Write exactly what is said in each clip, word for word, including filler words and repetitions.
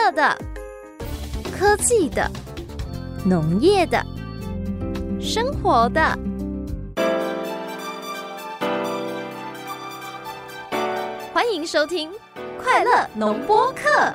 乐的、科技的、农业的、生活的。欢迎收听快乐农播课。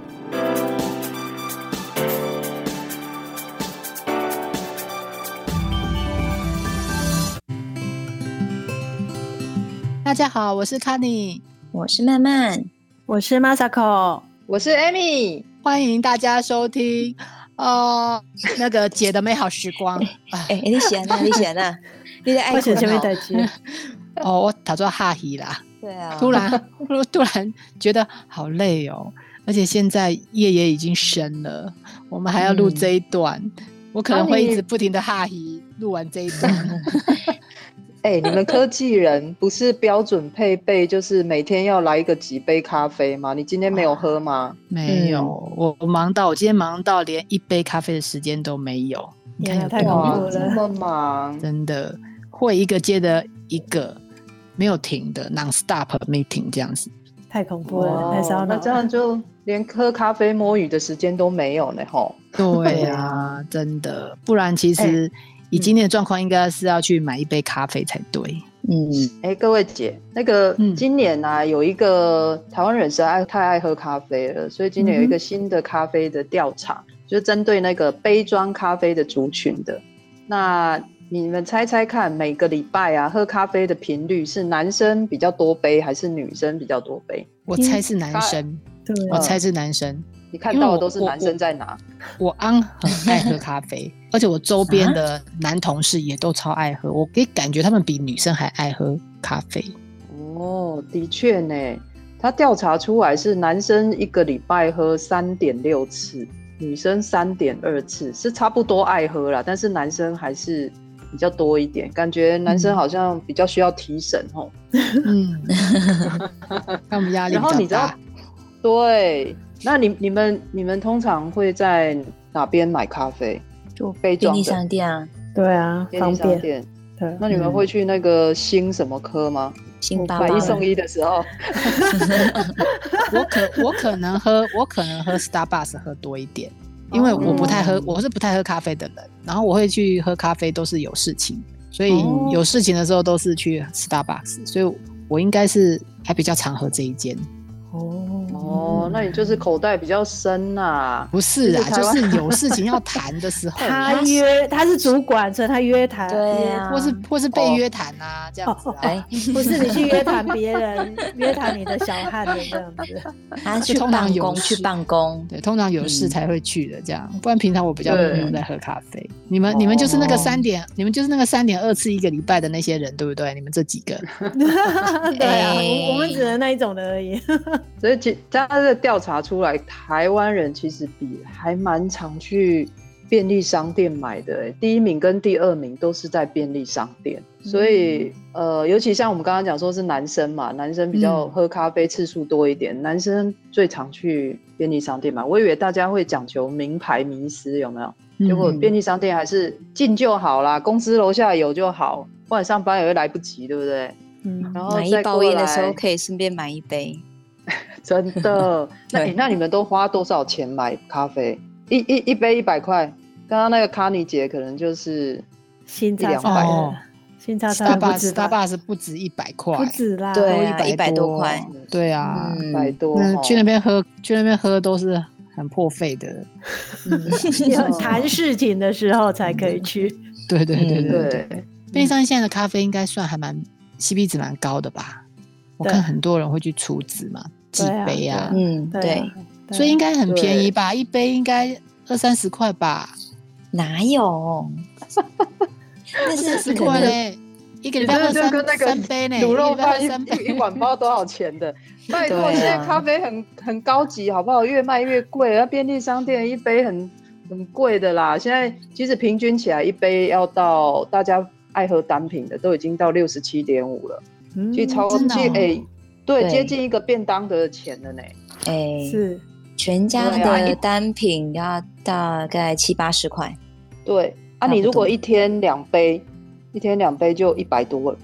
大家好，我是 Connie， 我是曼曼， 我是 Masako， 我是 Amy， 欢迎大家收听呃那个姐的美好时光。 哎、欸，你写啊，你写啊，你在爱困前面代接。 哦，我打做哈希啦。 对啊， 突然突然觉得好累哦，而且现在夜也已经深了，我们还要录这一段，嗯、我可能会一直不停的哈希录完这一段。 哎、欸，你们科技人不是标准配备，就是每天要来一个几杯咖啡吗？你今天没有喝吗？ 没有，嗯、我我忙到我今天忙到连一杯咖啡的时间都没有。你看有太恐怖了， 这么忙， 真的会一个接着一个，没有停的 non-stop meeting 这样子， 太恐怖了，太烧脑了。 那这样就连喝咖啡摸鱼的时间都没有呢，吼。 对啊，真的，不然其实。欸以今天的状况，应该是要去买一杯咖啡才对。 嗯，哎、欸，各位姐，那个今年啊，嗯、有一个台湾人实在太爱喝咖啡了，所以今年有一个新的咖啡的调查，嗯、就是针对那个杯装咖啡的族群的。那你们猜猜看，每个礼拜啊，喝咖啡的频率是男生比较多杯，还是女生比较多杯？ 我猜是男生，对，我猜是男生。 你看到的都是男生在拿。 我安很爱喝咖啡，而且我周边的男同事也都超爱喝，我可以感觉他们比女生还爱喝咖啡。 哦，的确呢，他调查出来是男生一个礼拜喝 三点六 次，女生 三点二 次，是差不多爱喝啦，但是男生还是比较多一点，感觉男生好像比较需要提神齁。嗯， 他们压力比较大。 然后你知道，对。那你你们你们通常会在哪边买咖啡？就杯装的便利商店啊， 对啊， 便利商店。对，那你们会去那个新什么科吗？ 新八八买一送一的时候， 我可我可能喝我可能喝 Starbucks 喝多一点，因为我不太喝，我是不太喝咖啡的人。然后我会去喝咖啡都是有事情，所以有事情的时候都是去 Starbucks， 所以我应该是还比较常喝这一间。 哦，那你就是口袋比较深啊。 不是啊，就是有事情要谈的时候， 他约他是主管，所以他约谈， 对啊， 或是或是被约谈啊，哦、这样子、啊。哎、 哦，不是你去约谈别人，约谈你的小汉的这样子。 他去办公，去办公， 对，通常有事才会去的这样，嗯、不然平常我比较没有在喝咖啡。你们你们就是那个三点，哦、你们就是那个三点二次一个礼拜的那些人，对不对？你们这几个。 对啊，欸、我, 我们只能那一种的而已。 所以其他的调查出来，台湾人其实比还蛮常去便利商店买的、欸，第一名跟第二名都是在便利商店。所以、嗯、呃，尤其像我们刚刚讲说是男生嘛，男生比较喝咖啡次数多一点，嗯、男生最常去便利商店买。我以为大家会讲求名牌迷思，有没有？嗯、结果便利商店还是近就好啦，公司楼下有就好，不然上班也会来不及，对不对？ 嗯，然后买一包烟的时候可以顺便买一杯。 真的，那、欸、那你们都花多少钱买咖啡？一一一杯一百块。刚刚那个卡尼姐可能就是新一两百哦， 新叉叉不止 ，Starbucks 不止一百块， 不止啦， 对啊，一百多块， 对啊， 一百多。 那去那边喝，去那边喝都是很破费的， 嗯、谈事情的时候才可以去。 对对对对对对， 对便利商店现在的咖啡应该算还蛮 C P 值蛮高的吧？我看很多人会去储值嘛，几杯啊， 嗯，对， 所以应该很便宜吧？一杯应该二三十块吧？ 哪有？ 那三十块嘞，一个礼拜喝三三杯呢， 卤肉饭一一碗包多少钱的？拜托，现在咖啡很很高级，好不好？越卖越贵，那便利商店一杯很很贵的啦。现在其实平均起来一杯要到大家爱喝单品的都已经到六十七点五了。去超近哎、欸，对，接近一个便当的钱了呢。 哎、欸， 是全家的单品要大概七八十块。 对啊，你如果一天两杯，一天两杯就一百多了。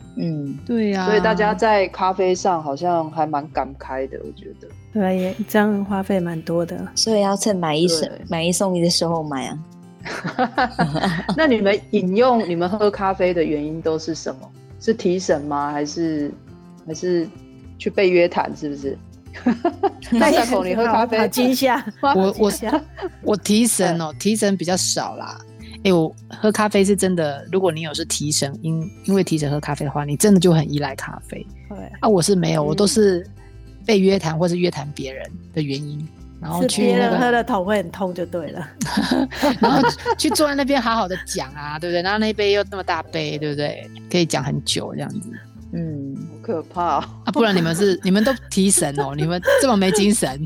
嗯， 对呀、啊， 所以大家在咖啡上好像还蛮感慨的，我觉得。 对，也这样花费蛮多的。 所以要趁买一送对买一送一的时候买啊。 那你们饮用、你们喝咖啡的原因都是什么？是提神吗？还是还是去被约谈？是不是？那小口，你喝咖啡好惊吓！ 我我我提神哦，提神比较少啦。哎、欸，我喝咖啡是真的，如果你有是提神，因因为提神喝咖啡的话，你真的就很依赖咖啡。 对啊，我是没有，我都是被约谈或是约谈别人的原因，然后去、那个、 是别人喝的头会很痛就对了。 然后去坐在那边好好的讲啊，对不对？然后那一杯又那么大杯，对不对？可以讲很久这样子。 嗯， 好可怕哦！ 啊，不然你们是你们都提神哦，你们这么没精神。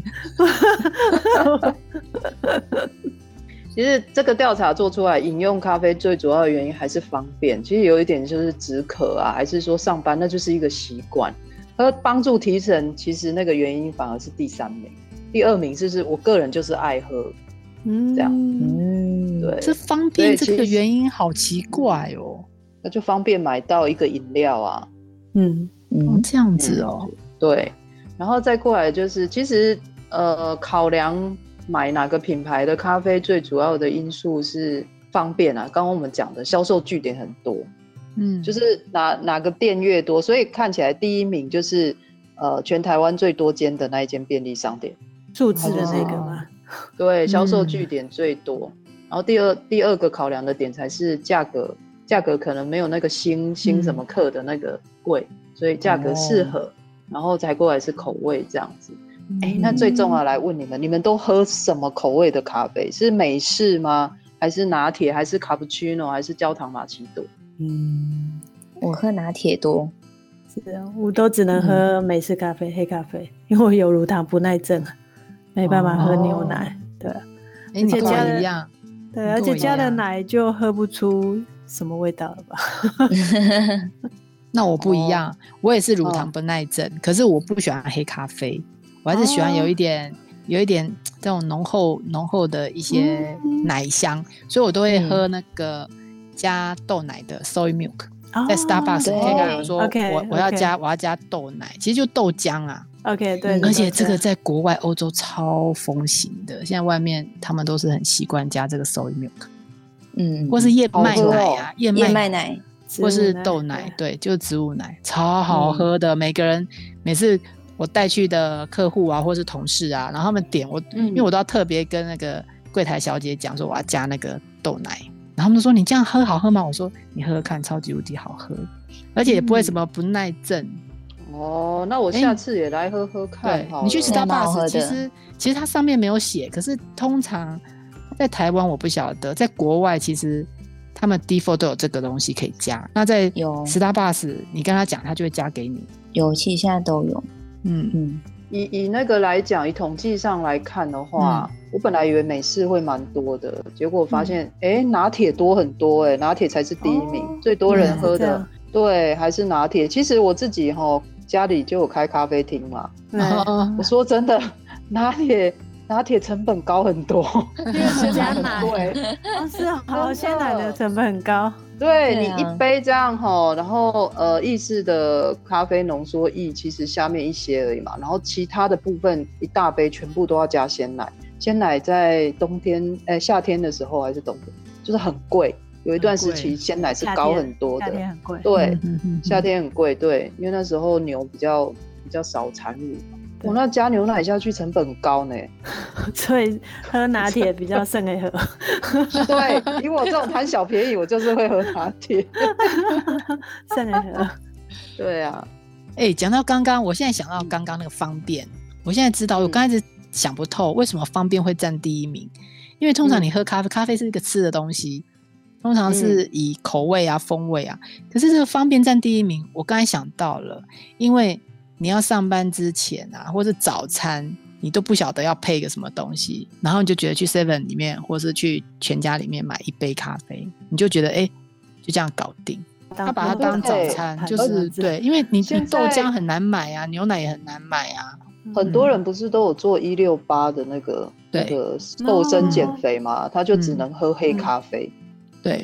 其实这个调查做出来，饮用咖啡最主要的原因还是方便。其实有一点就是止渴啊，还是说上班，那就是一个习惯。而帮助提神，其实那个原因反而是第三名，第二名就是我个人就是爱喝， 嗯， 这样， 嗯， 对， 这方便这个原因好奇怪哦。 那就方便买到一个饮料啊， 嗯嗯、哦，这样子哦、 嗯，对，然后再过来就是，其实呃，考量买哪个品牌的咖啡，最主要的因素是方便啊。刚刚我们讲的销售据点很多，嗯，就是哪哪个店越多，所以看起来第一名就是呃全台湾最多间的那一间便利商店， 数字的那个吗？ 对，销售据点最多。嗯、然后第二第二个考量的点才是价格，价格可能没有那个星星什么克的那个贵，嗯、所以价格适合，哦、然后再过来是口味这样子。哎、欸，那最重要来问你们，你们都喝什么口味的咖啡？是美式吗？还是拿铁？还是卡布奇诺？还是焦糖玛奇朵？ 嗯，我喝拿铁多。 是啊，我都只能喝美式咖啡、嗯、黑咖啡，因为我有乳糖不耐症，没办法喝牛奶。哦、对， 哎、欸，你跟我一样。 对，而且加了奶就喝不出什么味道了吧？ 那我不一样，哦、我也是乳糖不耐症，哦、可是我不喜欢黑咖啡。我还是喜欢有一点、哦、有一点这种浓厚浓厚的一些奶香、嗯、所以我都会喝那个加豆奶的 soy milk、哦、在 Starbucks 可以跟我说、okay, 我, 我要加 okay. 我要加豆奶，其实就豆浆啊。 OK 对、 嗯、而且这个在国外欧洲超风行的，现在外面他们都是很习惯加这个 soy milk， 嗯，或是燕麦奶啊，燕麦 奶, 麦奶或是豆奶，对，就是植物奶，超好喝的、嗯、每个人每次我带去的客户啊，或是同事啊，然后他们点我、嗯，因为我都要特别跟那个柜台小姐讲说我要加那个豆奶，然后他们说你这样喝好喝吗？我说你喝喝看，超级无敌好喝，而且也不会什么不耐症。 嗯、哦，那我下次也来喝喝看好了。 对，你去 Starbucks 其实其实它上面没有写，可是通常在台湾我不晓得，在国外其实他们 default 都有这个东西可以加。那在 Starbucks 你跟他讲，他就会加给你。 有，其实现在都有。 嗯嗯， 以以那个来讲，以统计上来看的话、嗯，我本来以为美式会蛮多的，结果发现，哎、嗯欸，拿铁多很多、欸，哎，拿铁才是第一名，哦、最多人喝的，对，还是拿铁。其实我自己齁家里就有开咖啡厅嘛，我说真的，拿铁拿铁成本高很多， 因为是加奶，对，哦是好，鲜奶的成本很高。 对，对、啊、你一杯这样齁，然后呃意式的咖啡浓缩液其实下面一些而已嘛，然后其他的部分一大杯全部都要加鲜奶，鲜奶在冬天哎、欸、夏天的时候还是冬天就是很贵，有一段时期鲜奶是高很多的， 夏天很贵， 对、 嗯嗯、 夏天很贵，对，因为那时候牛比较比较少产乳嘛，我、哦、那加牛奶下去成本很高呢， 所以喝拿铁比较胜的喝。 对，以我这种贪小便宜，我就是会喝拿铁， 胜的喝。 对啊， 哎、欸，讲到刚刚，我现在想到刚刚那个方便，我现在知道，我刚开始想不透为什么方便会占第一名，因为通常你喝咖啡，嗯、咖啡是一个吃的东西，通常是以口味啊、风味啊，可是这个方便占第一名，我刚才想到了，因为你要上班之前啊，或是早餐，你都不晓得要配个什么东西，然后你就觉得去 seven 里面，或是去全家里面买一杯咖啡，你就觉得哎、欸，就这样搞定。他把它当早餐，就是对，因为你豆浆很难买啊，牛奶也很难买啊。 很多人不是都有做一六八的那个那个瘦身减肥嘛，他就只能喝黑咖啡。 对，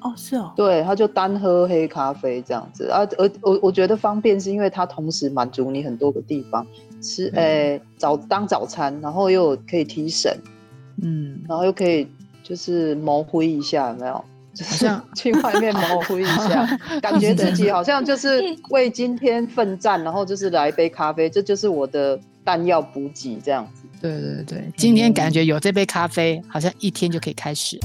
哦，是哦， 对，他就单喝黑咖啡这样子啊。而我我觉得方便是因为它同时满足你很多个地方，吃诶早当早餐，然后又可以提神，嗯，然后又可以就是谋灰一下，有没有？就是去外面谋灰一下，感觉自己好像就是为今天奋战，然后就是来一杯咖啡，这就是我的弹药补给这样子。 对对对，今天感觉有这杯咖啡，好像一天就可以开始。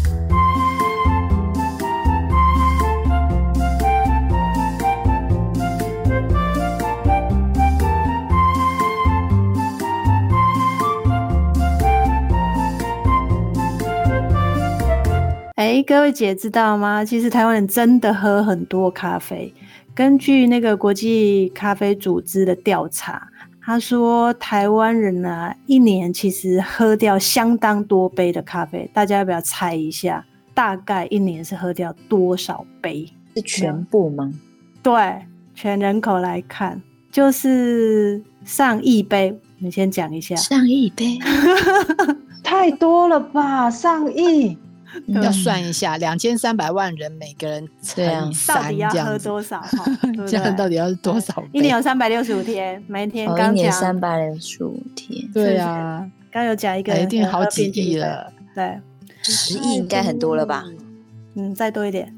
哎，各位姐知道吗？其实台湾人真的喝很多咖啡。根据那个国际咖啡组织的调查，他说台湾人啊，一年其实喝掉相当多杯的咖啡。大家要不要猜一下？大概一年是喝掉多少杯？ 是全部吗？ 对，全人口来看，就是上亿杯。你先讲一下。 上亿杯， 太多了吧？上亿。 要算一下，两千三百万人，每个人乘以三， 到底要喝多少？ 这样到底要多少杯？ 一年有三百六十五天，每天刚讲、 哦、一年三百六十五天， 对啊， 刚有讲一个、 哎，一定好几亿了， 对， 十亿应该很多了吧？ 嗯，再多一点，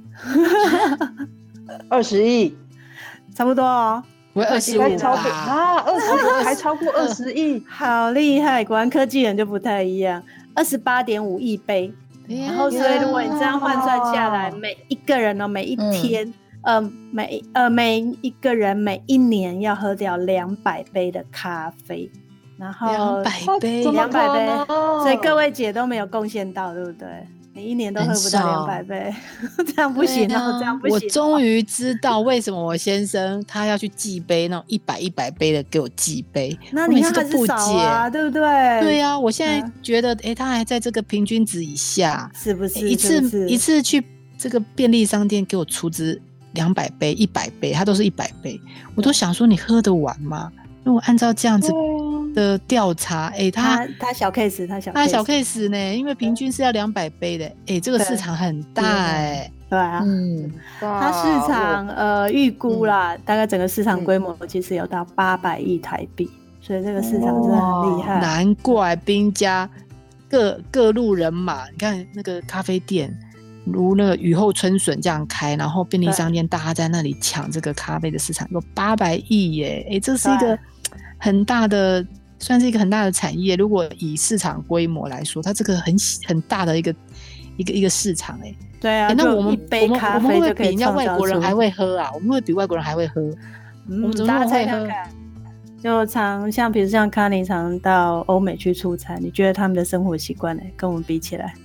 二十亿， 差不多哦。 我二十五吧啊，二十还超过二十亿， 好厉害！果然科技人就不太一样，二十八点五亿杯。然后，所以如果你这样换算下来，每一个人呢、哦，每一天，嗯、呃，每呃每一个人每一年要喝掉两百杯的咖啡，然后两百杯， 两百杯，所以各位姐都没有贡献到，对不对？你一年都喝不到两百杯，这样不行哦，这样不行、哦。 我终于知道为什么我先生他要去寄杯那种一百一百杯的给我寄杯， 那你看还是少啊，对不对？ 对啊，我现在觉得，哎、欸，他还在这个平均值以下， 是不是？ 欸、一次是是一次去这个便利商店给我出资两百杯、一百杯，他都是一百杯，我都想说你喝得完吗？如果按照这样子的调查，哎、欸，他他小 case， 他小 case 他小 case 呢，因为平均是要两百杯的，哎、欸，这个市场很大哎、欸， 对啊，嗯，他市场呃预估啦、嗯，大概整个市场规模其实有到八百亿台币，所以这个市场真的很厉害。 难怪兵家各各路人马，你看那个咖啡店。如那个雨后春笋这样开，然后便利商店大家在那里抢这个咖啡的市场有八百亿耶，哎，这是一个很大的，算是一个很大的产业。如果以市场规模来说，它这个很很大的一个一个一个市场哎。 对啊， 那我们一杯咖啡我们会不会比人家外国人还会喝啊？我们会比外国人还会喝？ 嗯、 我们怎么那么会喝？ 就常像比如像康妮常到欧美去出差，你觉得他们的生活习惯呢，跟我们比起来？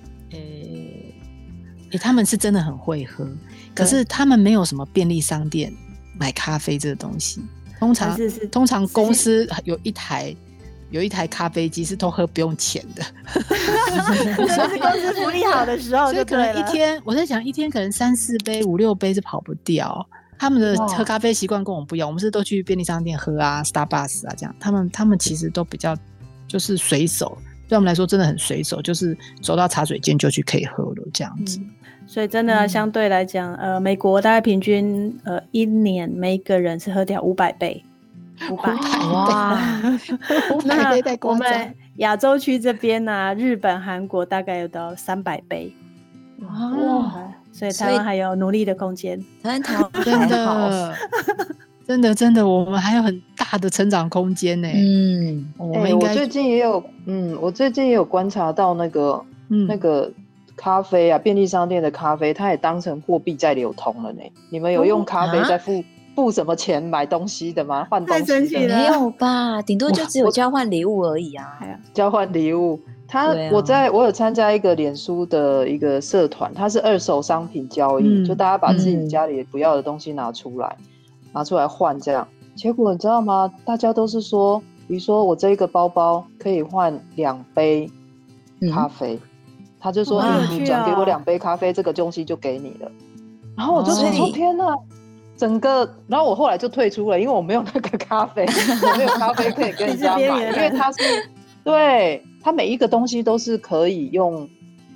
欸、他们是真的很会喝，可是他们没有什么便利商店买咖啡这个东西。通常是是通常公司有一台有一台咖啡机是都喝不用钱的， 所以公司福利好的时候就对了。 所以可能一天，我在想一天可能三四杯、五六杯是跑不掉。他们的喝咖啡习惯跟我们不一样，我们是都去便利商店喝啊 ，Starbucks 啊这样。他们他们其实都比较就是随手，对他们来说真的很随手，就是走到茶水间就去可以喝了这样子。嗯， 所以真的、啊、相对来讲、嗯，呃，美国大概平均呃一年每一个人是喝掉五百杯，五百哇，五百杯太夸张。 我们亚洲区这边呢、啊，日本、韩国大概有到三百杯，哇，所以台湾还有努力的空间。 台湾台湾真的，真的真的，我们还有很大的成长空间呢。嗯， 我们应该、欸、我最近也有，嗯，我最近也有观察到那个，嗯，那个。咖啡啊，便利商店的咖啡，它也当成货币在流通了呢。你们有用咖啡在付、哦啊、付什么钱买东西的吗？换东西的没有吧？顶多就只有交换礼物而已啊。 交换礼物，他、啊、我在我有参加一个脸书的一个社团，它是二手商品交易，嗯、就大家把自己家里不要的东西拿出来，嗯、拿出来换这样。结果你知道吗？大家都是说，比如说我这一个包包可以换两杯咖啡。嗯，他就说、哦、你转给我两杯咖啡，这个东西就给你了。然后我就说、哦、天哪，整个，然后我后来就退出了，因为我没有那个咖啡，我没有咖啡可以跟人家买，因为他是，对，他每一个东西都是可以用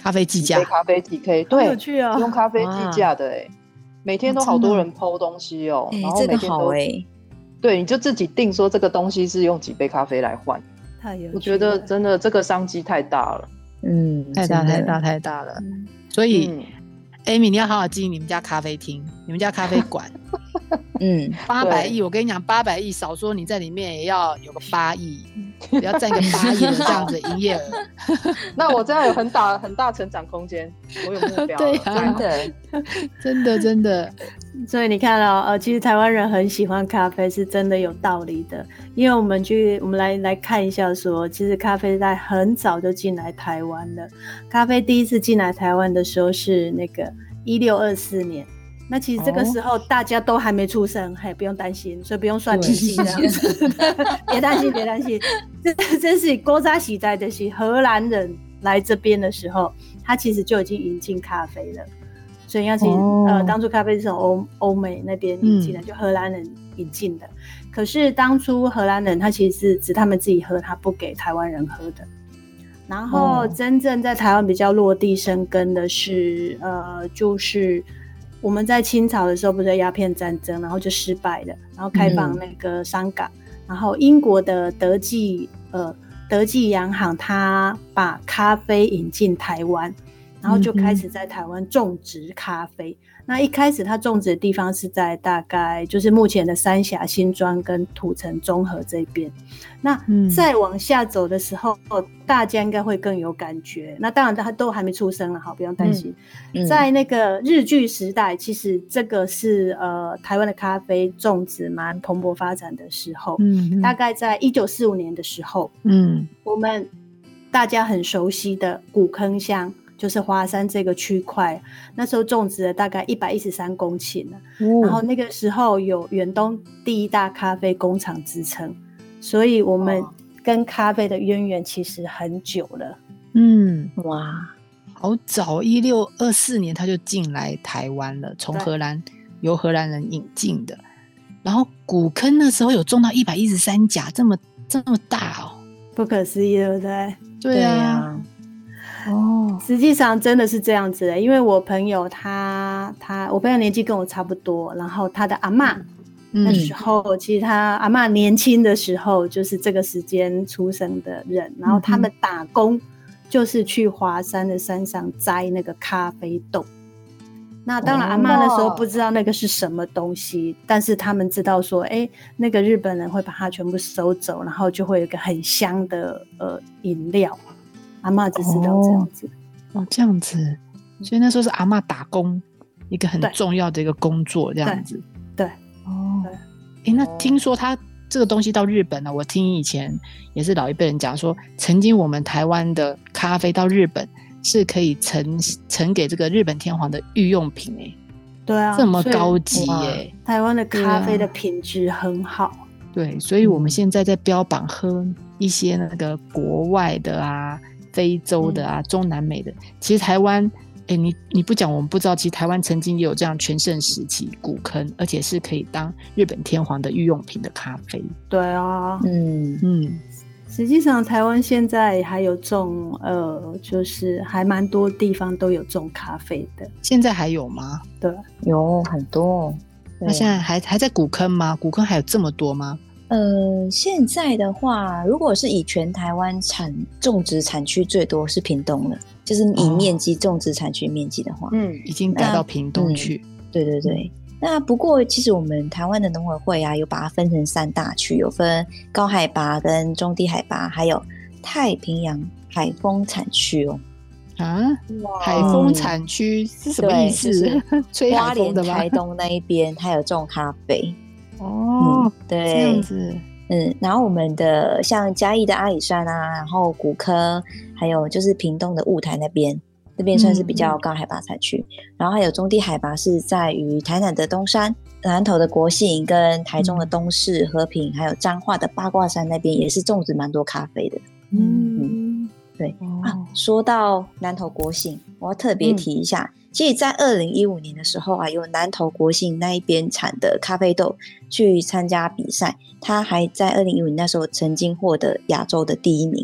咖啡计价， 咖啡机可以， 好有对， 趣哦， 用咖啡计价的哎，每天都好多人 po 东西哦， 哎、 然后这个每天都， 好哎、 对，你就自己定说这个东西是用几杯咖啡来换， 太有趣了， 我觉得真的这个商机太大了， 嗯， 太大真的太大太大了。 嗯所以、 嗯 Amy 你要好好经营你们家咖啡厅，你们家咖啡馆。 嗯， 八百亿，我跟你讲，八百亿少说你在里面也要有个八亿，也要占个八亿的这样子营业额。 那我这样有很大很大成长空间，我有目标了， 对啊加油真的， 真的真的， 所以你看哦，呃，其实台湾人很喜欢咖啡，是真的有道理的。因为我们去，我们来来看一下说，其实咖啡在很早就进来台湾了。咖啡第一次进来台湾的时候是那个一六二四年。那其实这个时候大家都还没出生，嘿，不用担心，所以不用算迷信这样子，别担心，别担心。这这是古早时代的是荷兰人来这边的时候，他其实就已经引进咖啡了。所以要其实、哦、呃，当初咖啡是从欧欧美那边引进的、嗯，就荷兰人引进的。可是当初荷兰人他其实是只他们自己喝，他不给台湾人喝的。然后真正在台湾比较落地生根的是，呃，就是我们在清朝的时候不是鸦片战争，然后就失败了，然后开放那个商港，嗯、然后英国的德记呃德记洋行，他把咖啡引进台湾。然后就开始在台湾种植咖啡、嗯、那一开始他种植的地方是在大概就是目前的三峡、新庄跟土城中和这边。那再往下走的时候、嗯、大家应该会更有感觉，那当然他都还没出生了，好，不用担心、嗯嗯、在那个日据时代，其实这个是呃台湾的咖啡种植蛮蓬勃发展的时候、嗯、大概在一九四五年的时候，嗯，我们大家很熟悉的古坑乡就是华山这个区块，那时候种植了大概一百一十三公顷了、哦、然后那个时候有远东第一大咖啡工厂之称，所以我们跟咖啡的渊源其实很久了。 嗯，哇，好早，一六二四年他就进来台湾了，从荷兰由荷兰人引进的。然后古坑那时候有种到一百一十三甲，这么这么大哦， 不可思议，对不对？ 对啊。 哦，实际上真的是这样子的，因为我朋友他他我朋友年纪跟我差不多，然后他的阿嬷、嗯、那时候其实他阿嬷年轻的时候就是这个时间出生的人，然后他们打工就是去华山的山上摘那个咖啡豆。那当然阿嬷那时候不知道那个是什么东西、哦、但是他们知道说哎，那个日本人会把它全部收走，然后就会有一个很香的呃饮料，阿嬷只知道这样子。 哦, 哦，这样子，所以那时候是阿嬷打工一个很重要的一个工作，这样子。 对，对哦，哎，那听说他这个东西到日本呢、啊，我听以前也是老一辈人讲说，曾经我们台湾的咖啡到日本是可以呈呈给这个日本天皇的御用品哎、欸。 对啊， 这么高级哎、欸， 台湾的咖啡的品质很好。 对，所以我们现在在标榜喝一些那个国外的啊。非洲的啊、嗯、中南美的，其实台湾哎、欸，你你不讲我们不知道，其实台湾曾经也有这样全盛时期古坑，而且是可以当日本天皇的御用品的咖啡。 对啊， 嗯嗯， 实际上台湾现在还有种呃就是还蛮多地方都有种咖啡的。 现在还有吗？ 对， 有很多。 那现在还还在古坑吗？古坑还有这么多吗？ 呃，现在的话，如果是以全台湾产种植产区最多是屏东了，就是以面积、哦、种植产区面积的话， 嗯，已经带到屏东去。 嗯、对对对。那不过其实我们台湾的农委会啊，有把它分成三大区，有分高海拔跟中低海拔，还有太平洋海风产区哦。 啊，海风产区是什么意思？ 就是吹海风的吗？ 花莲、台东那一边还有种咖啡。 哦、嗯， 对， 这样子， 嗯，然后我们的像嘉义的阿里山啊，然后古坑，还有就是屏东的雾台那边，那边算是比较高海拔产区、嗯，然后还有中低海拔是在于台南的东山、南投的国姓跟台中的东势、和平，还有彰化的八卦山那边也是种植蛮多咖啡的。嗯，嗯对、哦、啊，说到南投国姓，我要特别提一下。嗯，其实在二零一五年的时候啊，有南投国姓那一边产的咖啡豆去参加比赛，他还在二零一五年那时候曾经获得亚洲的第一名哦。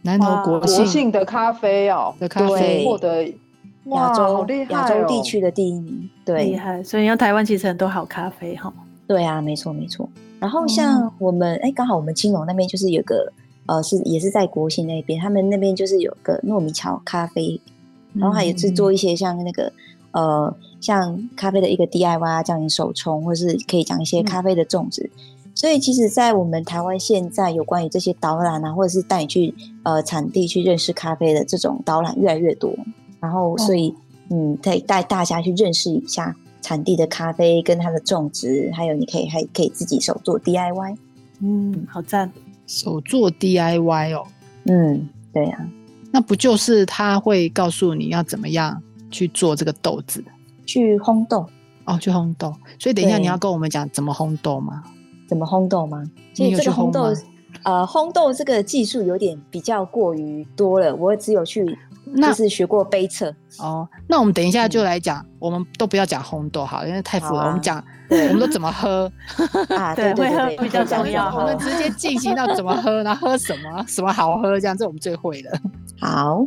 南投国国姓姓的咖啡哦， 的咖啡对获得亚哇好洲厉害哦亚洲地区的第一名。 厉对害，所以像台湾其实很多好咖啡哈。 对啊，没错没错。然后像我们哎，刚好我们青龙那边就是有个呃是也是在国信那边，他们那边就是有个糯米桥咖啡，然后还有制作一些像那个呃像咖啡的一个 D I Y 啊，叫你手冲，或是可以讲一些咖啡的种植。嗯所以其实在我们台湾现在有关于这些导览啊，或者是带你去呃产地去认识咖啡的这种导览越来越多，然后所以、哦、嗯可以带大家去认识一下产地的咖啡跟它的种植，还有你可以还可以自己手做 D I Y。 嗯，好赞， 手做 D I Y 哦。 嗯，对啊， 那不就是他会告诉你要怎么样去做这个豆子， 去烘豆哦，去烘豆。所以等一下你要跟我们讲怎么烘豆吗？ 怎么烘豆吗？其实这个烘豆呃，烘豆这个技术有点比较过于多了，我只有去就是学过杯测。 哦，那我们等一下就来讲、嗯、我们都不要讲烘豆好，因为太复杂、啊、我们讲我们都怎么喝啊，对对 对, 对， 会喝比较重要。 我们直接进行到怎么喝，然后喝什么什么好喝，这样这我们最会的。 好，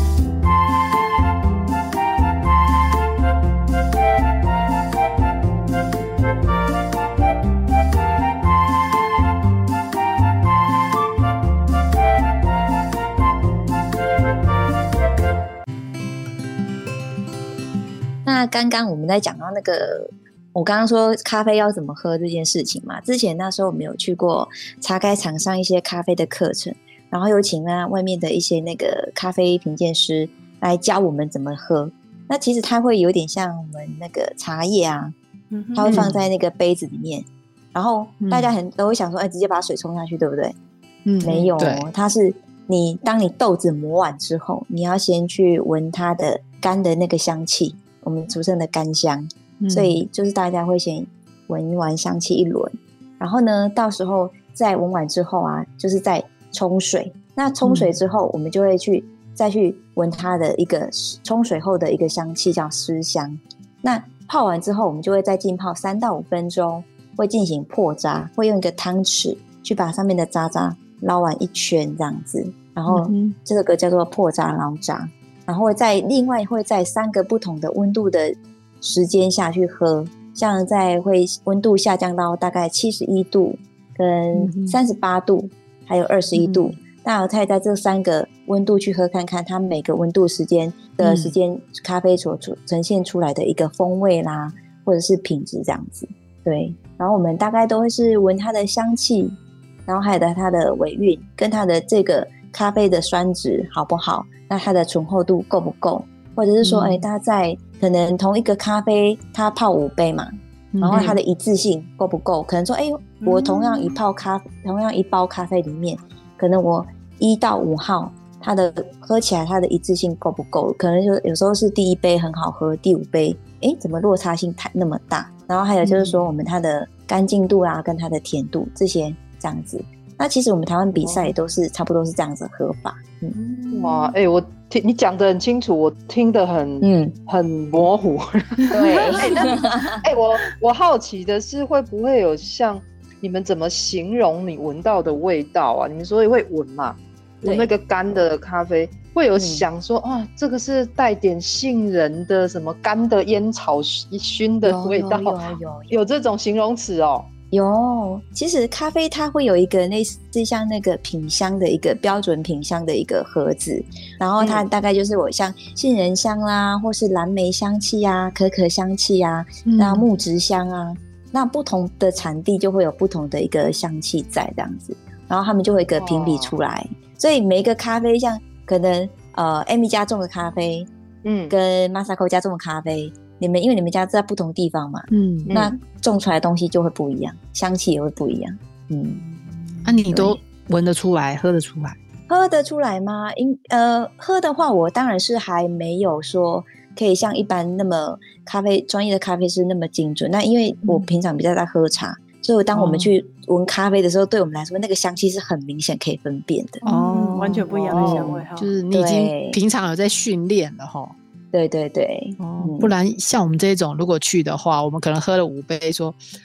那刚刚我们在讲到那个，我刚刚说咖啡要怎么喝这件事情嘛，之前那时候我们有去过茶改场上一些咖啡的课程，然后有请了外面的一些那个咖啡评鉴师来教我们怎么喝。那其实它会有点像我们那个茶叶啊，它会放在那个杯子里面，嗯、然后大家很都会想说，哎，直接把水冲下去，对不对？嗯，没有，它是你当你豆子磨完之后，你要先去闻它的干的那个香气。我们俗称的干香、嗯、所以就是大家会先闻完香气一轮，然后呢到时候再闻完之后啊，就是再冲水。那冲水之后、嗯、我们就会去再去闻它的一个冲水后的一个香气叫湿香。那泡完之后我们就会再浸泡三到五分钟，会进行破渣，会用一个汤匙去把上面的渣渣捞完一圈这样子，然后这个叫做破渣捞渣，然后在另外会在三个不同的温度的时间下去喝，像在会温度下降到大概七十一度跟三十八度、嗯、还有二十一度、嗯、那我可以在这三个温度去喝看看它每个温度时间的时间、嗯、咖啡所呈现出来的一个风味啦或者是品质这样子。对，然后我们大概都会是闻它的香气，然后还有它的尾韵跟它的这个咖啡的酸质好不好，那它的醇厚度够不够，或者是说哎、嗯，它在可能同一个咖啡它泡五杯嘛、嗯、然后它的一致性够不够，可能说哎，我同样一泡咖、嗯、同样一包咖啡里面，可能我一到五号它的喝起来它的一致性够不够，可能就有时候是第一杯很好喝，第五杯哎，怎么落差性太那么大，然后还有就是说我们它的干净度啊跟它的甜度这些这样子。那其实我们台湾比赛也都是差不多是这样子的喝法。 嗯、哇，哎、欸，我听你讲得很清楚，我听得很嗯很模糊。 对， 哎、欸，我我好奇的是，会不会有像你们怎么形容你闻到的味道啊？你们说会闻嘛？闻那个干的咖啡，会有想说、嗯、啊，这个是带点杏仁的什么干的烟草熏的味道，有有 有, 有, 有, 有这种形容词哦。 有，其实咖啡它会有一个类似像那个品香的一个标准品香的一个盒子，然后它大概就是我像杏仁香啦，或是蓝莓香气啊、可可香气啊，那木质香啊，那不同的产地就会有不同的一个香气在这样子，然后他们就会一个评比出来，所以每一个咖啡像可能呃 Amy 家种的咖啡，嗯，跟 Masako 家种的咖啡。你们因为你们家在不同地方嘛，嗯，那种出来的东西就会不一样，香气也会不一样，嗯， 啊，你都闻得出来，喝得出来？ 喝得出来吗？因呃，喝的话，我当然是还没有说可以像一般那么咖啡专业的咖啡师那么精准。那因为我平常比较在喝茶，嗯、所以当我们去闻咖啡的时候，哦、对我们来说，那个香气是很明显可以分辨的， 哦，完全不一样的香味哈、 哦。就是你已经平常有在训练了哈。 对对对、 哦嗯，不然像我们这种如果去的话，我们可能喝了五杯说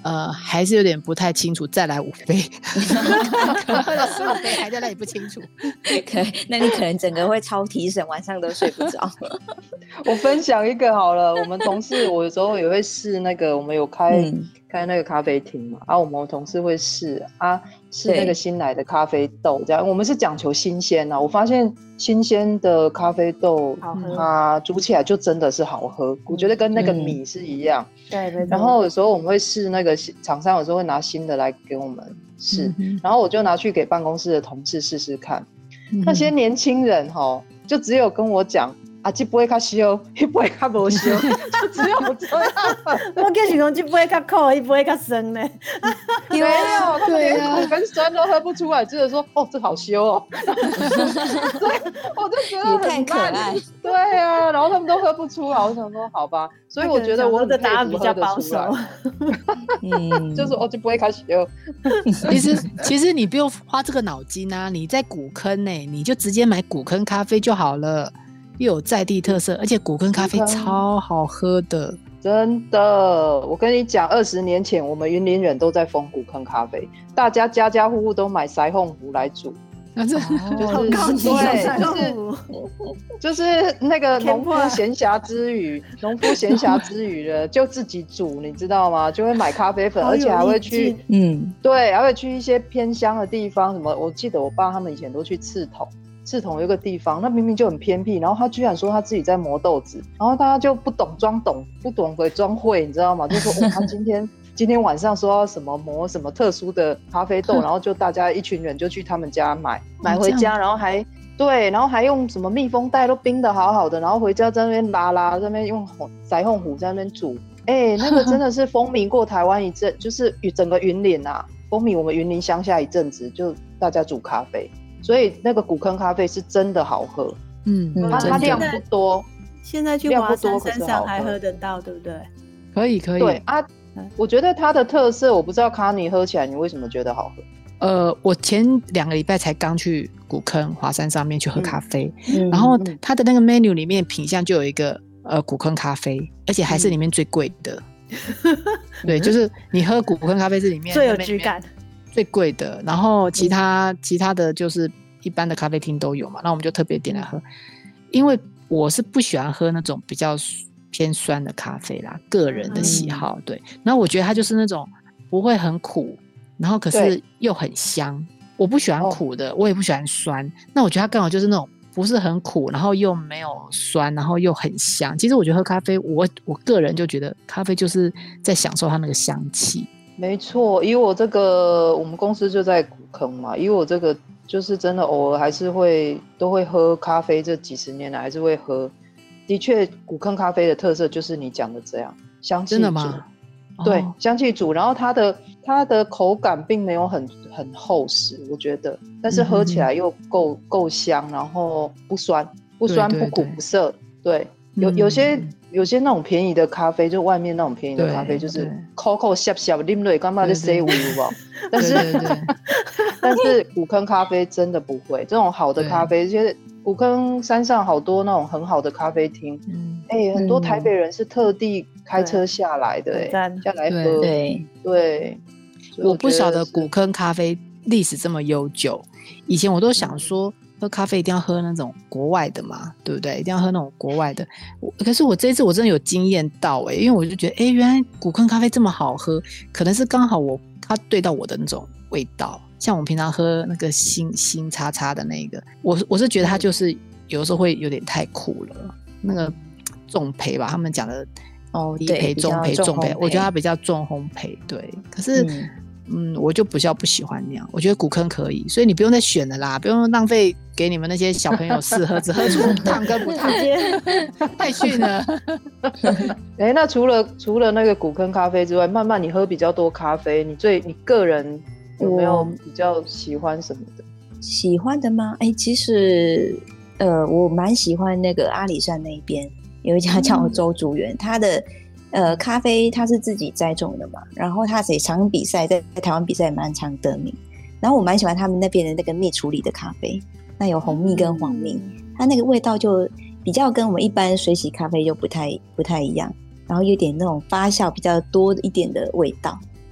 呃，还是有点不太清楚，再来五杯，可能喝到十五杯还在那里不清楚。 可那你可能整个会超提神，晚上都睡不着。 我分享一个好了，我们同事我有时候也会试那个，我们有开、嗯、开那个咖啡厅嘛，啊，我们同事会试啊，试那个新来的咖啡豆，这样我们是讲求新鲜啊。我发现新鲜的咖啡豆，它煮起来就真的是好喝，我觉得跟那个米是一样。对对、嗯。然后有时候我们会试那个厂商，有时候会拿新的来给我们试、嗯，然后我就拿去给办公室的同事试试看。嗯、那些年轻人哈，就只有跟我讲。啊，这杯较烧，那杯较无烧，就只有这样。 我跟你讲，这杯较苦，那杯较酸呢。 没有，他们连苦跟酸都喝不出来，只有说哦，这好羞哦。对，我就觉得很可爱。 对啊，然后他们都喝不出来，我想说好吧，所以我觉得我的答案比较保守。 嗯，就是哦，这杯较烧。 其实其实你不用花这个脑筋啊，你在古坑呢、欸，你就直接买古坑咖啡就好了。又有在地特色，而且古坑咖啡超好喝的， 真的。我跟你讲，二十年前我们云林人都在疯古坑咖啡，大家家家户户都买腮红壶来煮， 啊、这、 哦、就是对，就是就是那个农夫闲暇之余，农夫闲暇之余了，就自己煮，你知道吗？就会买咖啡粉，而且还会去，嗯，对，还会去一些偏乡的地方，什么？我记得我爸他们以前都去刺桐。刺桐有一个地方，那明明就很偏僻，然后他居然说他自己在磨豆子，然后大家就不懂装懂，不懂回装会，你知道吗？就说、哦、他今天今天晚上说要什么磨什么特殊的咖啡豆，然后就大家一群人就去他们家买买回家，然后还对，然后还用什么密封袋都冰得好好的，然后回家在那边拉拉，在那边用腮红壶在那边煮，哎、欸，那个真的是风靡过台湾一阵，就是整个云林啊，风靡我们云林乡下一阵子，就大家煮咖啡。所以那个古坑咖啡是真的好喝，嗯，它它量不多， 现在去华山山上还喝得到，对不对？ 可以可以。 对啊，我觉得它的特色，我不知道卡尼喝起来你为什么觉得好喝？ 呃，我前两个礼拜才刚去古坑华山上面去喝咖啡，嗯、然后它的那个 menu 里面品项就有一个呃古坑咖啡，而且还是里面最贵的。嗯、对，就是你喝古坑咖啡是里面最有质感。 最贵的，然后其他、嗯、其他的就是一般的咖啡厅都有嘛，那我们就特别点来喝，因为我是不喜欢喝那种比较偏酸的咖啡啦，个人的喜好、嗯、对。然后我觉得它就是那种不会很苦，然后可是又很香，我不喜欢苦的、哦、我也不喜欢酸，那我觉得它刚好就是那种不是很苦，然后又没有酸，然后又很香。其实我觉得喝咖啡，我我个人就觉得咖啡就是在享受它那个香气。 没错，以我这个我们公司就在古坑嘛，以我这个就是真的偶尔还是会都会喝咖啡，这几十年来还是会喝。的确，古坑咖啡的特色就是你讲的这样，香气煮。真的吗？对，哦、香气煮，然后它的它的口感并没有很很厚实，我觉得，但是喝起来又够够香，然后不酸不酸不苦不涩，对，有有些。嗯有些那种便宜的咖啡，就外面那种便宜的咖啡，就是口口涩涩，啉落干嘛在塞有无？但是对对对但是古坑咖啡真的不会，这种好的咖啡，就是古坑山上好多那种很好的咖啡厅，哎、欸，很多台北人是特地开车下来的、欸，哎，下来喝，对对。 我不晓得古坑咖啡历史这么悠久，以前我都想说。喝咖啡一定要喝那种国外的嘛，对不对？一定要喝那种国外的。可是我这一次我真的有惊艳到哎、欸，因为我就觉得哎、欸，原来古坑咖啡这么好喝，可能是刚好我它对到我的那种味道。像我平常喝那个新新叉叉的那个，我我是觉得它就是有的时候会有点太苦了，那个重焙吧，他们讲的哦， 低焙、中焙、重焙，我觉得它比较重烘焙，对。可是。嗯嗯，我就比较不喜欢那样，我觉得古坑可以，所以你不用再选了啦，不用浪费给你们那些小朋友试喝，只喝出烫跟不烫，太逊了。 哎、欸，那除了除了那个古坑咖啡之外，慢慢你喝比较多咖啡，你最你个人有没有比较喜欢什么的？ 喜欢的吗？哎、欸，其实呃，我蛮喜欢那个阿里山那边有一家叫周竹园，他、嗯、的。呃，咖啡它是自己栽种的嘛，然后它也常比赛，在台湾比赛蛮常得名。然后我蛮喜欢他们那边的那个蜜处理的咖啡，那有红蜜跟黄蜜，嗯、它那个味道就比较跟我们一般水洗咖啡就不太不太一样，然后有点那种发酵比较多一点的味道。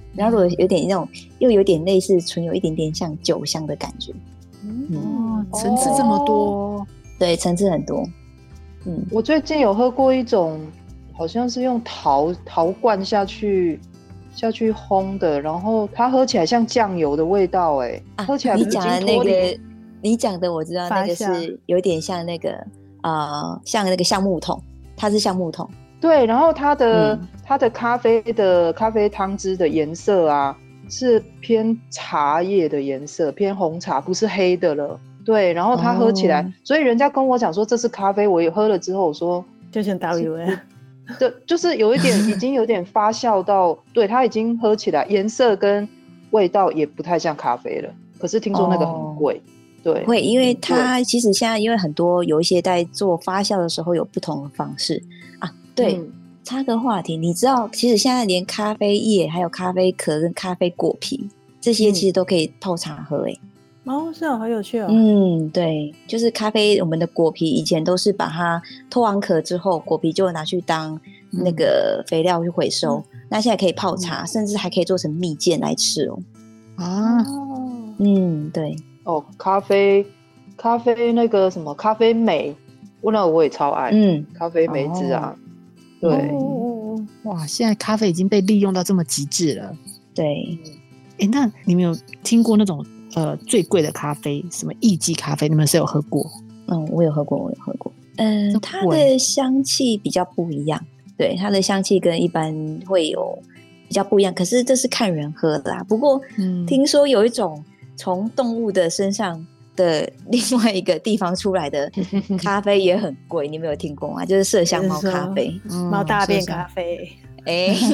然后如果有点那种又有点类似纯有一点点像酒香的感觉。 哦，层次这么多， 对，层次很多。嗯， 我最近有喝过一种，好像是用陶陶罐下去下去烘的，然后它喝起来像酱油的味道，哎、 啊， 喝起来你讲的那已经脱离个，你讲的我知道，那个是有点像那个呃，像那个橡木桶，它是橡木桶。 对，然后它的、 嗯、 它的咖啡的咖啡汤汁的颜色啊，是偏茶叶的颜色，偏红茶，不是黑的了。对，然后它喝起来，哦、所以人家跟我讲说这是咖啡，我也喝了之后，我说就像导游哎， 对，就是有一点已经有点发酵到，对，它已经喝起来颜色跟味道也不太像咖啡了。可是听说那个很贵。哦，对， 会，因为它其实现在因为很多有一些在做发酵的时候有不同的方式啊。对，嗯、插个话题，你知道其实现在连咖啡叶、还有咖啡壳跟咖啡果皮这些其实都可以泡茶喝哎、欸。 嗯、哦，是哦，好有趣哦。 嗯，对，就是咖啡，我们的果皮以前都是把它脱完壳之后，果皮就拿去当那个肥料去回收。嗯、那现在可以泡茶，嗯、甚至还可以做成蜜饯来吃哦。 啊， 嗯，对。 哦，咖啡，咖啡那个什么咖啡美，那我也超爱。嗯，咖啡梅子啊，哦、对、 哦，哇，现在咖啡已经被利用到这么极致了。 对， 哎，那你们有听过那种呃最贵的咖啡，什么艺妓咖啡？你们是有喝过？ 嗯，我有喝过，我有喝过。嗯、呃，它的香气比较不一样，对，它的香气跟一般会有比较不一样，可是这是看人喝的啦。不过，嗯，听说有一种从动物的身上的另外一个地方出来的咖啡也很贵，你们有听过吗？就是麝香猫咖啡， 猫大便咖啡。 哎、欸，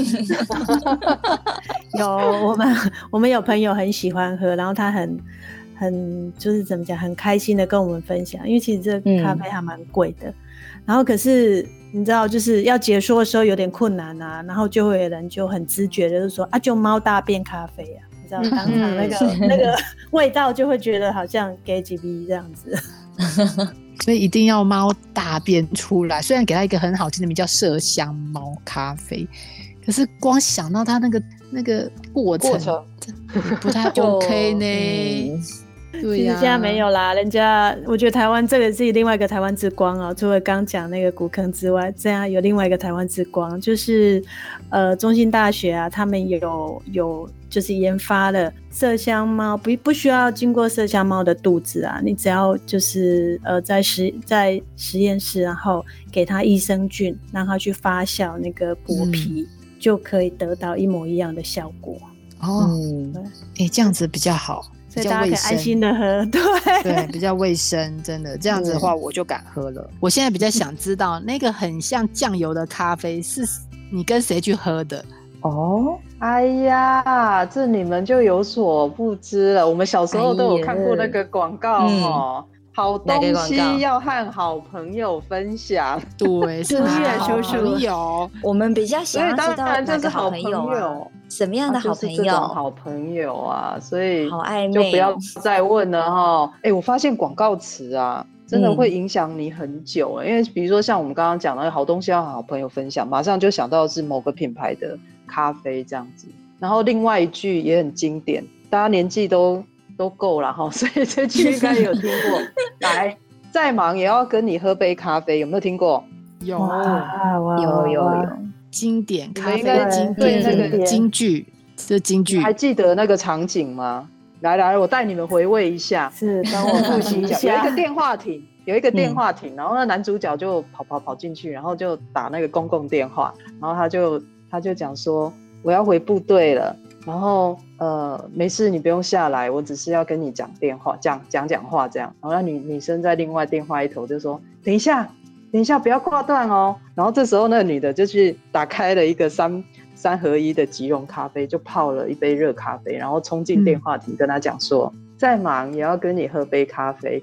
有我们我们有朋友很喜欢喝，然后他很很就是怎么讲，很开心的跟我们分享，因为其实这个咖啡还蛮贵的、嗯，然后可是你知道就是要解说的时候有点困难啊，然后就会有人就很直觉的就说啊，就猫大便咖啡啊。你知道当场那个、嗯、那个味道就会觉得好像给几逼这样子， 所以一定要猫大便出来。虽然给它一个很好听的名叫麝香猫咖啡，可是光想到它那个那个过程, 过程不太 OK 呢。嗯对呀、啊，其实现在没有啦，人家我觉得台湾这个是另外一个台湾之光哦。除了刚讲那个古坑之外，这样有另外一个台湾之光，就是呃中兴大学啊，他们有有就是研发了麝香猫，不不需要经过麝香猫的肚子啊，你只要就是呃在实在实验室，然后给它益生菌，让它去发酵那个果皮、嗯，就可以得到一模一样的效果。 哦，哎、欸，这样子比较好。 所以大家可以安心的喝，对对，比较卫生，真的这样子的话我就敢喝了。我现在比较想知道，那个很像酱油的咖啡是你跟谁去喝的？ 哦，哎呀，这你们就有所不知了。我们小时候都有看过那个广告哦。哎嗯好东西要和好朋友分享， 对，是好朋友。 我们比较想要知道哪个好朋友啊？什么样的好朋友？啊、就是这种好朋友啊，所以好暧昧、哦， 就不要再问了哈。哎、欸，我发现广告词啊，真的会影响你很久、欸嗯。因为比如说像我们刚刚讲的好东西要和好朋友分享，马上就想到是某个品牌的咖啡这样子。然后另外一句也很经典，大家年纪都。都够了哈，所以这句应该有听过。来，再忙也要跟你喝杯咖啡，有没有听过？ 有， 有有有， 经典咖啡的经典那个金句，这金句， 还记得那个场景吗？来来，我带你们回味一下。 是，帮我复习一下。 有一个电话亭，有一个电话亭，嗯、然后那男主角就跑跑跑进去，然后就打那个公共电话，然后他就他就讲说，我要回部队了。然后呃没事，你不用下来，我只是要跟你讲电话，讲讲讲话这样。然后那女女生在另外电话一头就说：“等一下，等一下，不要挂断哦。”然后这时候那个女的就去打开了一个三三合一的即溶咖啡，就泡了一杯热咖啡，然后冲进电话亭跟她讲说：“嗯、再忙也要跟你喝杯咖啡。”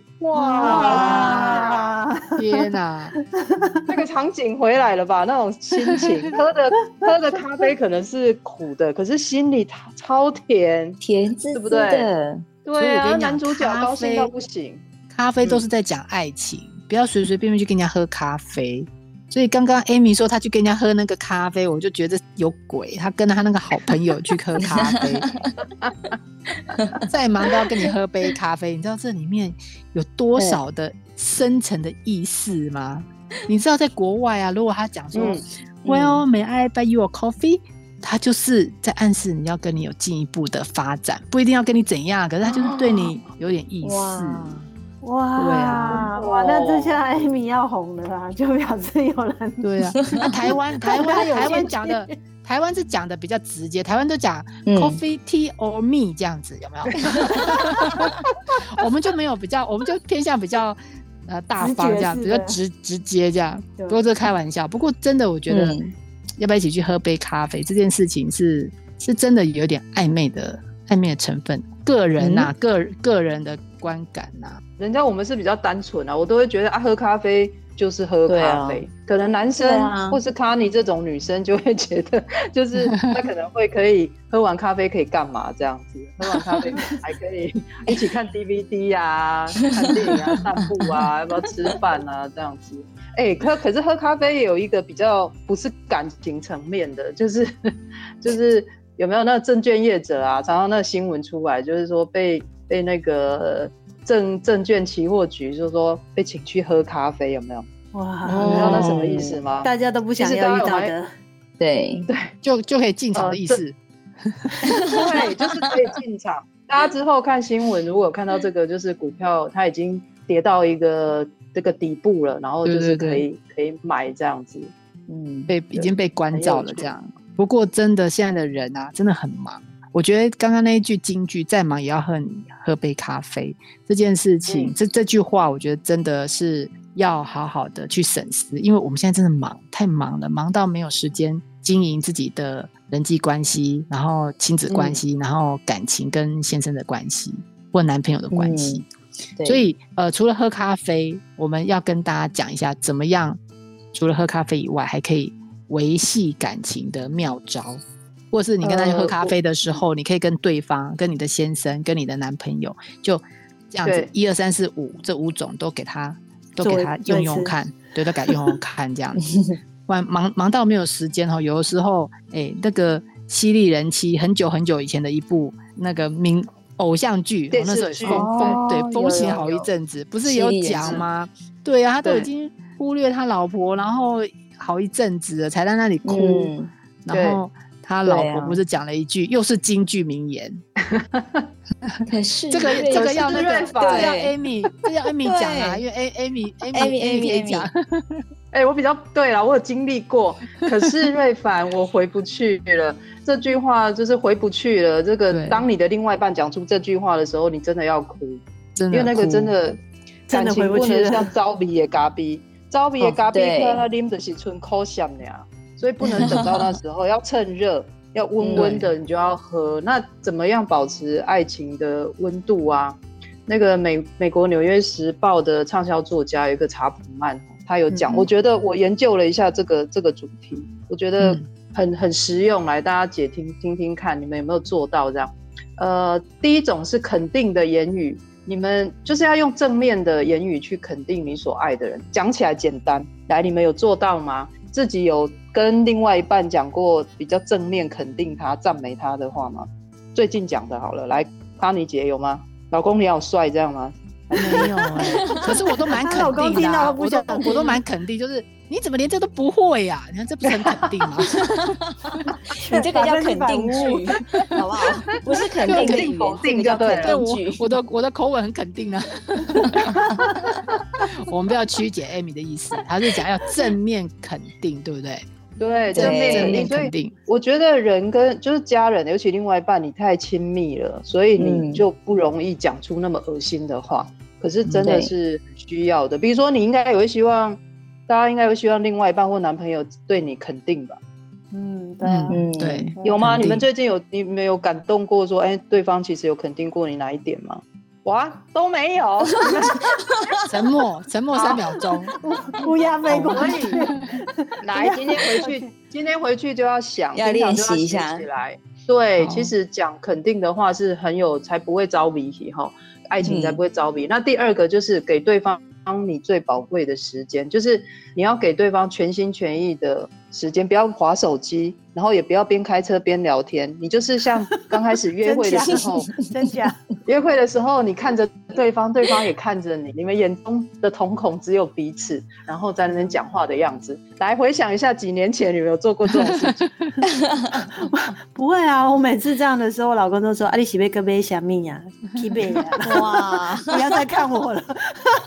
哇！ 天哪， 那个场景回来了吧？那种心情，喝的喝的咖啡可能是苦的，可是心里超甜， 甜滋滋的， 对不对？对啊，男主角高兴到不行。 咖啡都是在讲爱情、嗯，不要随随便便去跟人家喝咖啡。 所以刚刚 Amy 说她去跟人家喝那个咖啡，我就觉得有鬼。她跟她那个好朋友去喝咖啡，再忙都要跟你喝杯咖啡。你知道这里面有多少的深层的意思吗？你知道在国外啊，如果他讲说、嗯、Well, may I buy you a coffee？ 他就是在暗示你要跟你有进一步的发展，不一定要跟你怎样，可是他就是对你有点意思。 哇， 对啊， 哇，那这下 Amy 要红了啊，就表示有人对啊。那台湾台湾台湾讲的，台湾是讲的比较直接，台湾都讲 coffee tea or me 这样子，有没有？我们就没有比较，我们就偏向比较呃大方这样，比较直直接这样。不过这开玩笑，不过真的我觉得、嗯、要不要一起去喝杯咖啡这件事情是是真的有点暧昧的暧昧的成分，个人啊、嗯、个个人的观感啊。 人家我们是比较单纯啊，我都会觉得啊，喝咖啡就是喝咖啡、啊、可能男生、啊、或是卡尼这种女生就会觉得就是他可能会可以喝完咖啡可以干嘛这样子，喝完咖啡还可以一起看 D V D 啊看电影啊散步啊要不要吃饭啊这样子。哎、欸，可可是喝咖啡也有一个比较不是感情层面的，就是就是有没有那个证券业者啊，常常那个新闻出来就是说被被那个证证券期货局就说被请去喝咖啡，有没有？哇，你知道那什么意思吗？ 大家都不想要遇到的， 对对， 就就可以进场的意思。 呃、对，就是可以进场。大家之后看新闻，如果有看到这个，就是股票它已经跌到一个这个底部了，然后就是可以对对对可以买这样子。嗯， 被已经被关照了这样。不过真的现在的人啊，真的很忙。我觉得刚刚那一句金句，再忙也要和你喝杯咖啡这件事情、嗯、这这句话我觉得真的是要好好的去审视，因为我们现在真的忙，太忙了，忙到没有时间经营自己的人际关系，然后亲子关系、嗯、然后感情跟先生的关系或男朋友的关系、嗯、所以呃，除了喝咖啡，我们要跟大家讲一下怎么样除了喝咖啡以外还可以维系感情的妙招，或是你跟他去喝咖啡的时候、呃、你可以跟对方跟你的先生跟你的男朋友就这样子一二三四五这五种都给他都给他用用看，对，都给他用用看这样子不然忙忙到没有时间，有的时候哎，那个犀利人妻很久很久以前的一部那个名偶像剧，那时候也是风、哦、对风行好一阵子，不是有讲吗？对啊，他都已经忽略他老婆然后好一阵子了才在那里哭、嗯、然后他老婆不是讲了一句、啊、又是京剧名言可是这个这个要那个这个要 Amy 这个要 Amy 讲啊，因为 Amy Amy Amy 可以讲哎、欸，我比较对啦，我有经历过，可是瑞凡我回不去了这句话就是回不去了，这个当你的另外一半讲出这句话的时候你真的要哭， 真的因为那个真的感情不能像招比的咖啡招比的咖啡他啉的是纯口香的，所以不能等到那时候要趁热要温温的你就要喝。那怎么样保持爱情的温度啊？那个 美, 美国纽约时报的畅销作家有一个查普曼，他有讲、嗯、我觉得我研究了一下这个这个主题，我觉得很很实用，来大家解听听听看你们有没有做到这样。呃，第一种是肯定的言语，你们就是要用正面的言语去肯定你所爱的人，讲起来简单，来你们有做到吗？自己有跟另外一半讲过比较正面肯定他赞美他的话吗？最近讲的好了，来卡尼姐有吗？老公你好帅这样吗？ 没有哎、欸，可是我都蛮肯定的、啊，我都我都蛮肯定，就是你怎么连这都不会呀、啊？你看这不是很肯定吗？ 你这个叫肯定句，好不好？不是肯定的否定，叫肯定句。 我的我的口吻很肯定啊。我们不要曲解 Amy 的意思，她是讲要正面肯定，对不对？ 对，正面肯定。所以我觉得人跟就是家人，尤其另外一半，你太亲密了，所以你就不容易讲出那么恶心的话。嗯，可是真的是需要的，比如说你应该也会希望，大家应该会希望另外一半或男朋友对你肯定吧？ 嗯，对、啊， 嗯，对， 有吗？你们最近有你们有感动过说，哎、欸，对方其实有肯定过你哪一点吗？哇，都没有， 沉默，沉默三秒钟， 乌鸦飞过去。 来，今天回去，今天回去就要想， 要练习一下起来。对，其实讲肯定的话是很有，才不会着迷哈。爱情才不会着迷、嗯、那第二个就是给对方你最宝贵的时间，就是你要给对方全心全意的时间，不要滑手机，然后也不要边开车边聊天。你就是像刚开始约会的时候， 真假？ 约会的时候，你看着对方，对方也看着你，你们眼中的瞳孔只有彼此，然后在那边讲话的样子。来回想一下，几年前你们有做过这种事情？ 不会啊，我每次这样的时候，我老公都说：“啊，你喜不喜杯小蜜呀 ？K 杯呀！”哇，不要再看我了。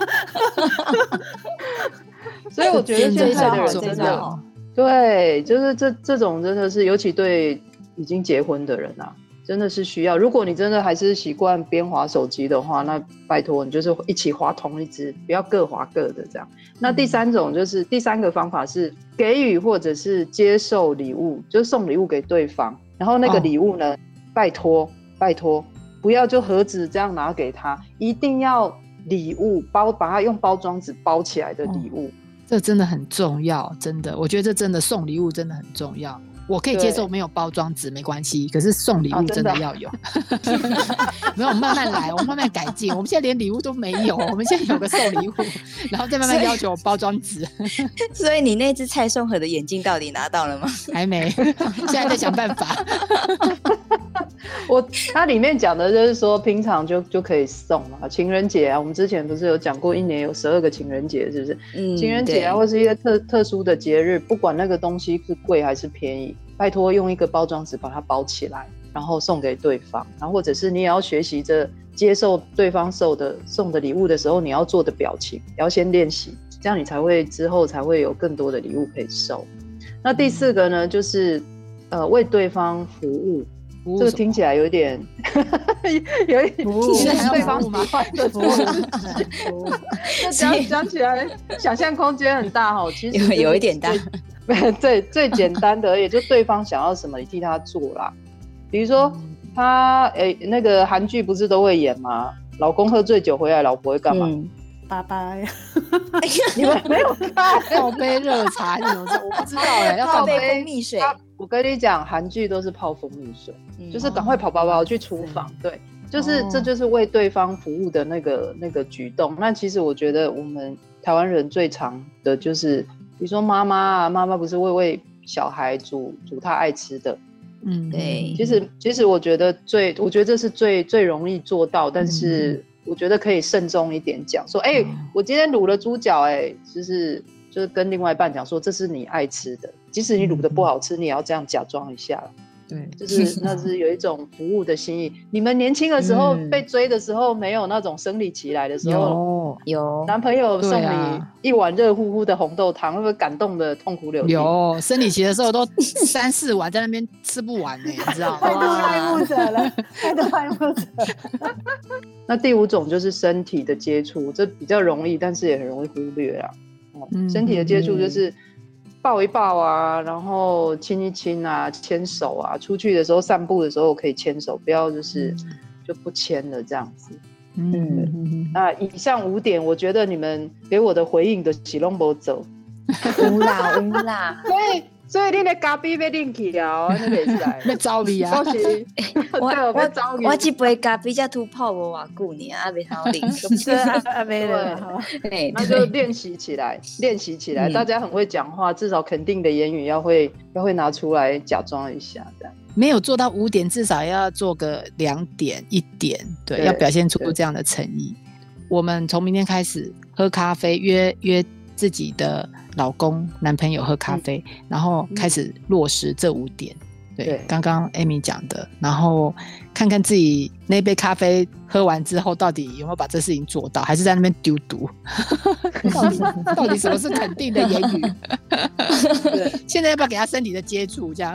所以我觉得现在的人真的，对，就是这这种真的是，尤其对已经结婚的人啊，真的是需要。如果你真的还是习惯边滑手机的话，那拜托你就是一起滑同一支，不要各滑各的这样。那第三种就是第三个方法是给予或者是接受礼物，就是送礼物给对方，然后那个礼物呢，哦、拜托拜托不要就盒子这样拿给他，一定要礼物包，把它用包装纸包起来的礼物。哦， 这真的很重要，真的，我觉得这真的送礼物真的很重要。我可以接受没有包装纸没关系，可是送礼物真的要有。啊、没有，慢慢来，我慢慢改进。我们现在连礼物都没有，我们现在有个送礼物，然后再慢慢要求包装纸。 所以你那只蔡颂和的眼镜到底拿到了吗？ 还没，现在在想办法。 我它里面讲的就是说，平常就就可以送嘛，情人节啊，我们之前不是有讲过，一年有十二个情人节，是不是？嗯，情人节啊，或是一些特特殊的节日，不管那个东西是贵还是便宜，拜托用一个包装纸把它包起来，然后送给对方。然后或者是你也要学习着接受对方送的送的礼物的时候，你要做的表情，也要先练习，这样你才会之后才会有更多的礼物可以收。那第四个呢，就是呃为对方服务。这个听起来有一点有一点对方喜欢的服务，讲讲起来想象空间很大哈，其实有有一点大。 最最简单的，也就对方想要什么，你替他做啦。比如说他诶、欸，那个韩剧不是都会演吗？老公喝醉酒回来，老婆会干嘛？嗯， 拜拜。 你们没有看？ 泡杯热茶那种，我不知道哎、欸，要泡杯蜂蜜水。 我跟你讲，韩剧都是泡蜂蜜水，嗯、就是赶快跑跑跑去厨房，对，就是这就是为对方服务的那个那个举动。那其实我觉得我们台湾人最常的就是，比如说妈妈啊，妈妈不是会为小孩煮煮他爱吃的， 嗯，对。 其实其实我觉得最，我觉得这是最最容易做到，但是我觉得可以慎重一点讲，说，哎、欸，我今天卤了猪脚，哎，就是就是跟另外一半讲说，这是你爱吃的。即使你卤的不好吃，你也要这样假装一下。 对， 就是那是有一种服务的心意。你们年轻的时候、嗯、被追的时候，没有那种生理期来的时候， 有有男朋友送你一碗热乎乎的红豆汤，会不会感动的痛哭流涕？ 有，生理期的时候都三四碗在那边吃不完呢、欸，你知道吗？ 太多爱慕者了，太多爱慕者。 那第五种就是身体的接触，这比较容易，但是也很容易忽略啦。嗯、身体的接触就是抱一抱啊，然后亲一亲啊，牵手啊，出去的时候散步的时候可以牵手，不要就是就不牵了这样子。嗯，那以上五点，我觉得你们给我的回应的是都没走。 有啦有啦， 所以所以你的咖啡要拎起啊，那袂使， 要走味啊。 我我我这杯咖啡才拄泡无偌久呢，还袂好啉。 是啊，还没了。 那就练习起来，练习起来。大家很会讲话，至少肯定的言语要会要会拿出来假装一下，这样。 没有做到五点，至少要做个两点、一点，对，要表现出这样的诚意。我们从明天开始喝咖啡，约约自己的老公、男朋友喝咖啡，嗯、然后开始落实这五点。对，刚刚 Amy 讲的，然后看看自己那杯咖啡喝完之后，到底有没有把这事情做到，还是在那边丢毒？到底到底什么是肯定的言语？对，现在要不要给他身体的接触？这样，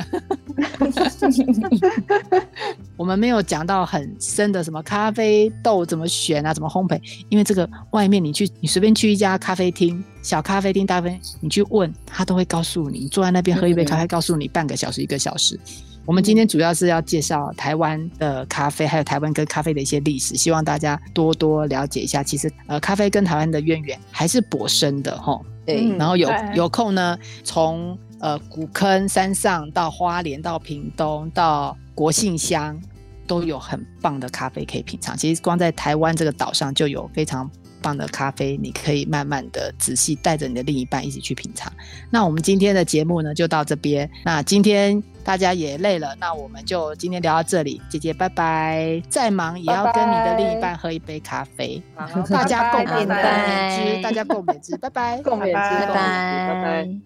我们没有讲到很深的什么咖啡豆怎么选啊，怎么烘焙，因为这个外面你去，你随便去一家咖啡厅。小咖啡厅、大咖啡厅，你去问他都会告诉你，你坐在那边喝一杯咖啡，告诉你半个小时、一个小时。我们今天主要是要介绍台湾的咖啡，还有台湾跟咖啡的一些历史，希望大家多多了解一下。其实，呃，咖啡跟台湾的渊源还是颇深的齁。对，然后有有空呢，从呃古坑山上到花莲，到屏东，到国姓乡，都有很棒的咖啡可以品尝。其实光在台湾这个岛上就有非常棒的咖啡，你可以慢慢的仔细带着你的另一半一起去品尝。那我们今天的节目呢就到这边，那今天大家也累了，那我们就今天聊到这里，姐姐拜拜，再忙也要跟你的另一半喝一杯咖啡， 拜拜大家共勉拜拜之，大家共勉之，拜拜， 共勉之， 拜共勉之，拜拜。